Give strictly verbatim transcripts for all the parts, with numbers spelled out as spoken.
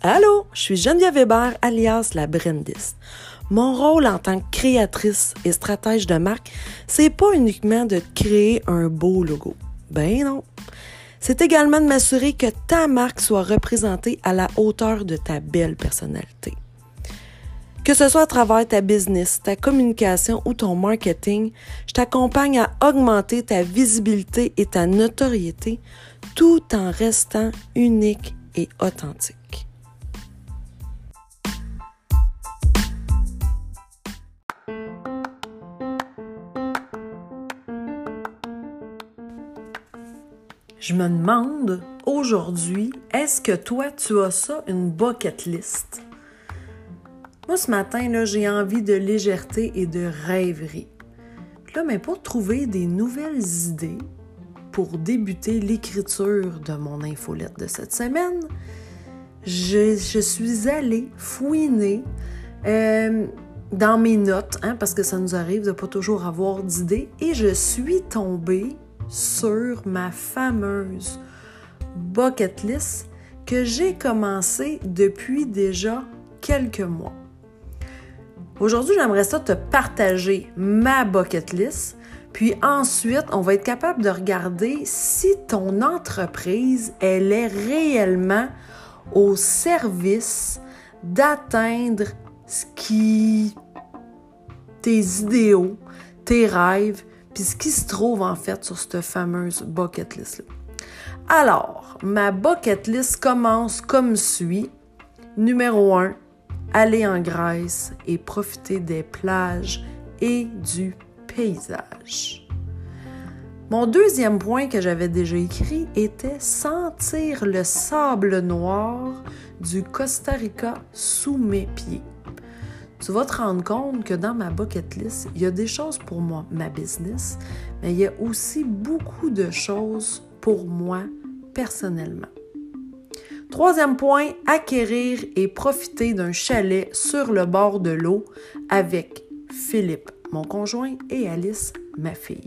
Allô, je suis Geneviève Hébert, alias la Brandiste. Mon rôle en tant que créatrice et stratège de marque, c'est pas uniquement de créer un beau logo. Ben non. C'est également de m'assurer que ta marque soit représentée à la hauteur de ta belle personnalité. Que ce soit à travers ta business, ta communication ou ton marketing, je t'accompagne à augmenter ta visibilité et ta notoriété tout en restant unique et authentique. Je me demande, aujourd'hui, est-ce que toi, tu as ça, une bucket list? Moi, ce matin, là, j'ai envie de légèreté et de rêverie. Puis là, mais pour trouver des nouvelles idées pour débuter l'écriture de mon infolette de cette semaine, je, je suis allée fouiner euh, dans mes notes, hein, parce que ça nous arrive de ne pas toujours avoir d'idées, et je suis tombée sur ma fameuse bucket list que j'ai commencé depuis déjà quelques mois. Aujourd'hui, j'aimerais ça te partager ma bucket list, puis ensuite, on va être capable de regarder si ton entreprise, elle est réellement au service d'atteindre ce qui, tes idéaux, tes rêves, puis ce qui se trouve en fait sur cette fameuse bucket list-là. Alors, ma bucket list commence comme suit. Numéro un, aller en Grèce et profiter des plages et du paysage. Mon deuxième point que j'avais déjà écrit était sentir le sable noir du Costa Rica sous mes pieds. Tu vas te rendre compte que dans ma bucket list, il y a des choses pour moi, ma business, mais il y a aussi beaucoup de choses pour moi personnellement. Troisième point, acquérir et profiter d'un chalet sur le bord de l'eau avec Philippe, mon conjoint, et Alice, ma fille.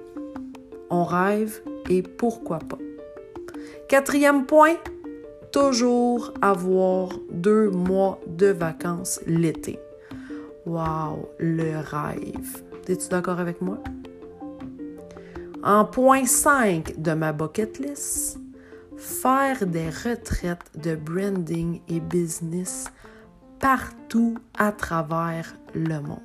On rêve et pourquoi pas. Quatrième point, toujours avoir deux mois de vacances l'été. Wow, le rêve. Es-tu d'accord avec moi? En point cinq de ma bucket list, faire des retraites de branding et business partout à travers le monde.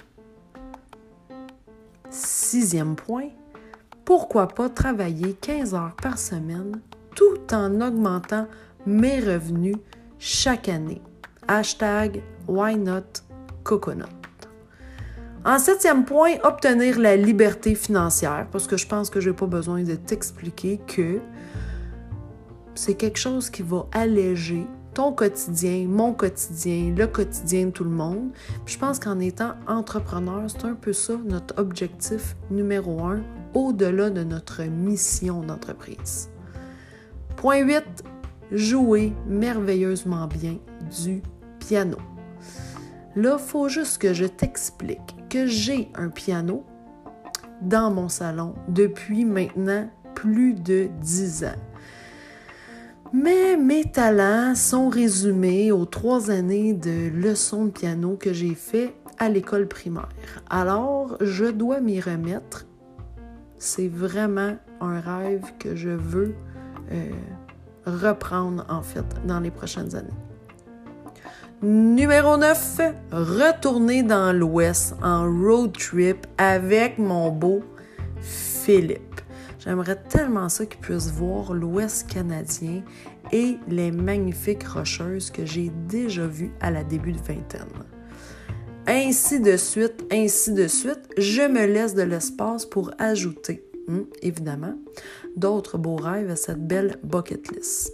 Sixième point, pourquoi pas travailler quinze heures par semaine tout en augmentant mes revenus chaque année. Hashtag why not coconut. En septième point, obtenir la liberté financière, parce que je pense que je n'ai pas besoin de t'expliquer que c'est quelque chose qui va alléger ton quotidien, mon quotidien, le quotidien de tout le monde. Puis je pense qu'en étant entrepreneur, c'est un peu ça notre objectif numéro un, au-delà de notre mission d'entreprise. Point huit, jouer merveilleusement bien du piano. Là, il faut juste que je t'explique que j'ai un piano dans mon salon depuis maintenant plus de dix ans. Mais mes talents sont résumés aux trois années de leçons de piano que j'ai fait à l'école primaire. Alors, je dois m'y remettre. C'est vraiment un rêve que je veux euh, reprendre, en fait, dans les prochaines années. Numéro neuf, retourner dans l'Ouest en road trip avec mon beau Philippe. J'aimerais tellement ça qu'il puisse voir l'Ouest canadien et les magnifiques rocheuses que j'ai déjà vues à la début de vingtaine. Ainsi de suite, ainsi de suite, je me laisse de l'espace pour ajouter, hum, évidemment, d'autres beaux rêves à cette belle bucket list.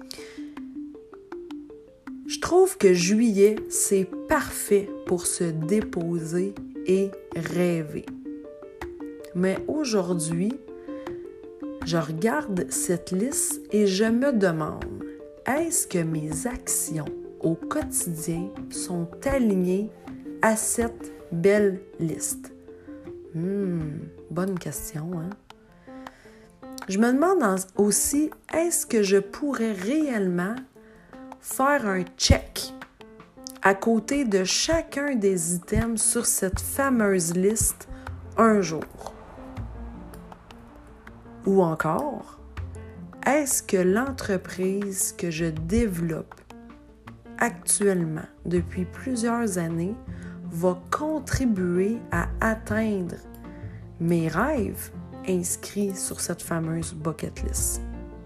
Je trouve que juillet, c'est parfait pour se déposer et rêver. Mais aujourd'hui, je regarde cette liste et je me demande, est-ce que mes actions au quotidien sont alignées à cette belle liste? Hmm, bonne question, hein? Je me demande aussi, est-ce que je pourrais réellement faire un check à côté de chacun des items sur cette fameuse liste un jour? Ou encore, est-ce que l'entreprise que je développe actuellement depuis plusieurs années va contribuer à atteindre mes rêves inscrits sur cette fameuse bucket list?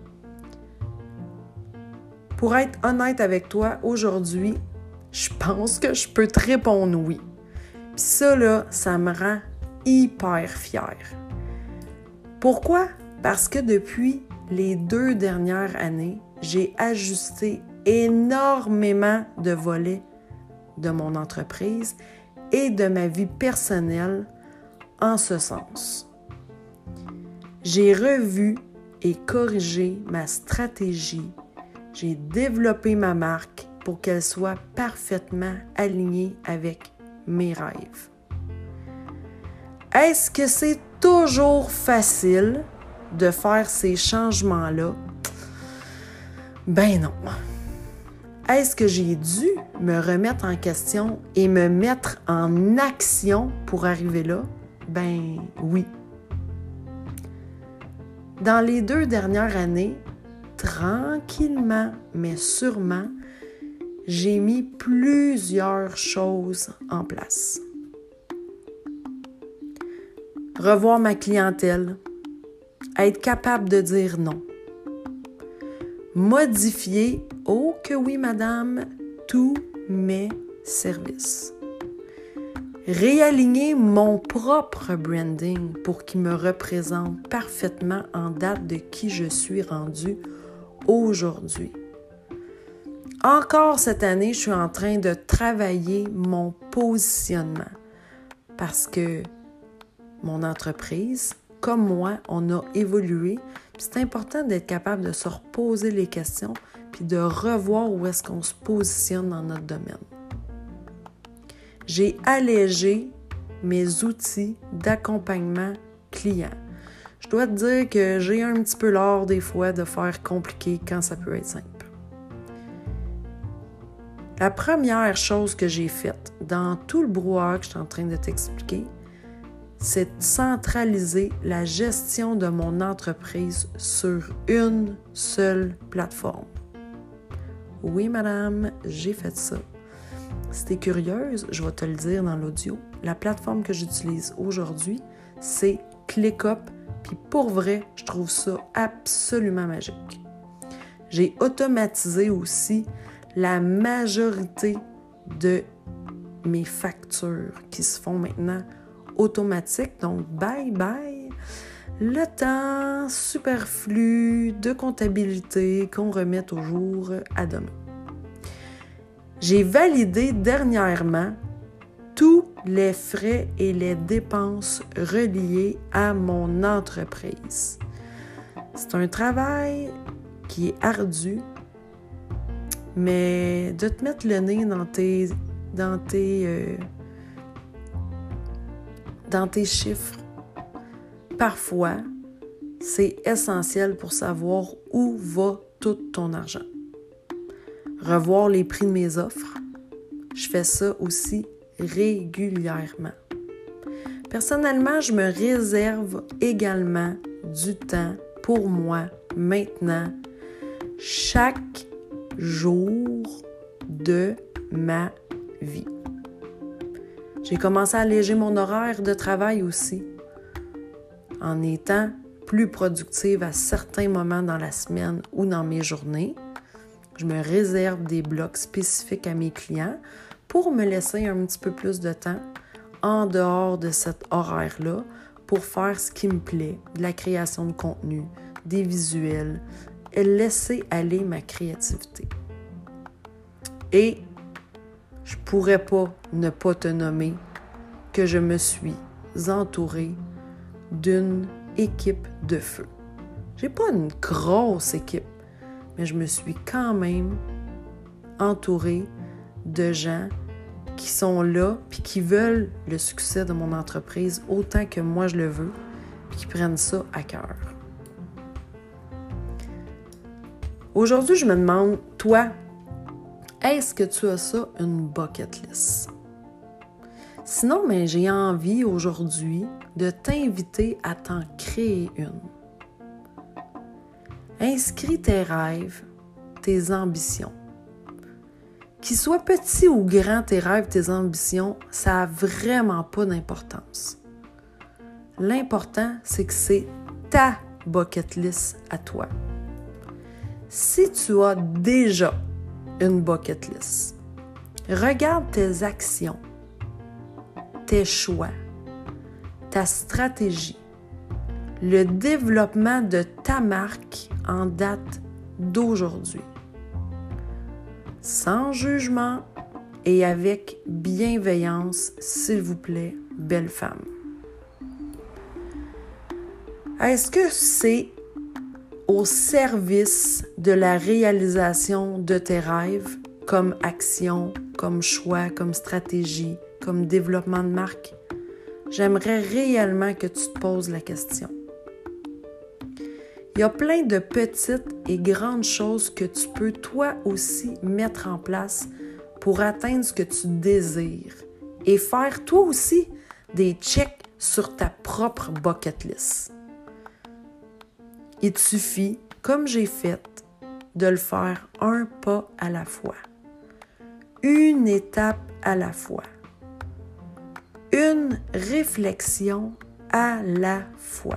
Pour être honnête avec toi, aujourd'hui, je pense que je peux te répondre oui. Puis ça, là, ça me rend hyper fière. Pourquoi? Parce que depuis les deux dernières années, j'ai ajusté énormément de volets de mon entreprise et de ma vie personnelle en ce sens. J'ai revu et corrigé ma stratégie. J'ai développé ma marque pour qu'elle soit parfaitement alignée avec mes rêves. Est-ce que c'est toujours facile de faire ces changements-là? Ben non. Est-ce que j'ai dû me remettre en question et me mettre en action pour arriver là? Ben oui. Dans les deux dernières années, tranquillement mais sûrement, j'ai mis plusieurs choses en place. Revoir ma clientèle, être capable de dire non. Modifier, oh que oui madame, tous mes services. Réaligner mon propre branding pour qu'il me représente parfaitement en date de qui je suis rendue aujourd'hui. Encore cette année, je suis en train de travailler mon positionnement parce que mon entreprise, comme moi, on a évolué. Puis c'est important d'être capable de se reposer les questions puis de revoir où est-ce qu'on se positionne dans notre domaine. J'ai allégé mes outils d'accompagnement client. Je dois te dire que j'ai un petit peu l'art des fois de faire compliqué quand ça peut être simple. La première chose que j'ai faite dans tout le brouhaha que je suis en train de t'expliquer, c'est de centraliser la gestion de mon entreprise sur une seule plateforme. Oui, madame, j'ai fait ça. Si t'es curieuse, je vais te le dire dans l'audio. La plateforme que j'utilise aujourd'hui, c'est ClickUp. Puis pour vrai, je trouve ça absolument magique. J'ai automatisé aussi la majorité de mes factures qui se font maintenant automatiques. Donc, bye bye le temps superflu de comptabilité qu'on remet toujours à demain. J'ai validé dernièrement tous les frais et les dépenses reliées à mon entreprise. C'est un travail qui est ardu, mais de te mettre le nez dans tes, dans tes, euh, dans tes chiffres, parfois, c'est essentiel pour savoir où va tout ton argent. Revoir les prix de mes offres, je fais ça aussi régulièrement. Personnellement, je me réserve également du temps pour moi maintenant, chaque jour de ma vie. J'ai commencé à alléger mon horaire de travail aussi, en étant plus productive à certains moments dans la semaine ou dans mes journées. Je me réserve des blocs spécifiques à mes clients pour me laisser un petit peu plus de temps en dehors de cet horaire-là pour faire ce qui me plaît, de la création de contenu, des visuels, et laisser aller ma créativité. Et je pourrais pas ne pas te nommer que je me suis entourée d'une équipe de feu. J'ai pas une grosse équipe, mais je me suis quand même entourée de gens qui sont là puis qui veulent le succès de mon entreprise autant que moi je le veux puis qui prennent ça à cœur. Aujourd'hui, je me demande, toi, Est-ce que tu as ça, une bucket list? Sinon, mais j'ai envie aujourd'hui de t'inviter à t'en créer une. Inscris tes rêves, tes ambitions. Qu'ils soient petits ou grands, tes rêves, tes ambitions, ça n'a vraiment pas d'importance. L'important, c'est que c'est ta bucket list à toi. Si tu as déjà une bucket list, regarde tes actions, tes choix, ta stratégie, le développement de ta marque en date d'aujourd'hui. Sans jugement et avec bienveillance, s'il vous plaît, belle femme. Est-ce que c'est au service de la réalisation de tes rêves, comme action, comme choix, comme stratégie, comme développement de marque? J'aimerais réellement que tu te poses la question. Il y a plein de petites et grandes choses que tu peux toi aussi mettre en place pour atteindre ce que tu désires et faire toi aussi des checks sur ta propre bucket list. Il te suffit, comme j'ai fait, de le faire un pas à la fois, une étape à la fois, une réflexion à la fois.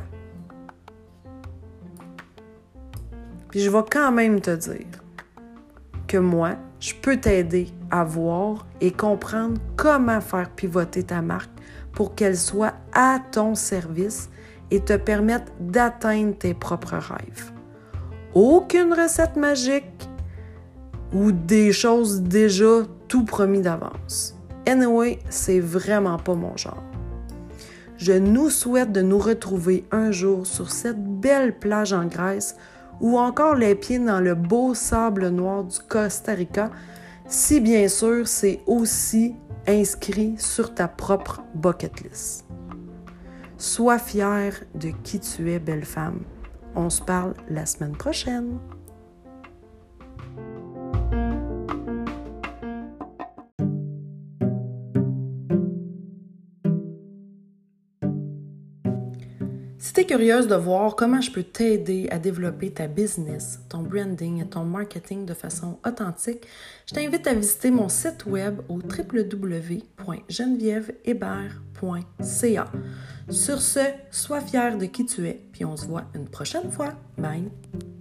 Puis je vais quand même te dire que moi, je peux t'aider à voir et comprendre comment faire pivoter ta marque pour qu'elle soit à ton service et te permette d'atteindre tes propres rêves. Aucune recette magique ou des choses déjà tout promis d'avance. Anyway, c'est vraiment pas mon genre. Je nous souhaite de nous retrouver un jour sur cette belle plage en Grèce ou encore les pieds dans le beau sable noir du Costa Rica, si bien sûr c'est aussi inscrit sur ta propre bucket list. Sois fière de qui tu es, belle femme. On se parle la semaine prochaine. Si tu es curieuse de voir comment je peux t'aider à développer ta business, ton branding et ton marketing de façon authentique, je t'invite à visiter mon site web au w w w point geneviève hébert point c a. Sur ce, sois fière de qui tu es, puis on se voit une prochaine fois. Bye!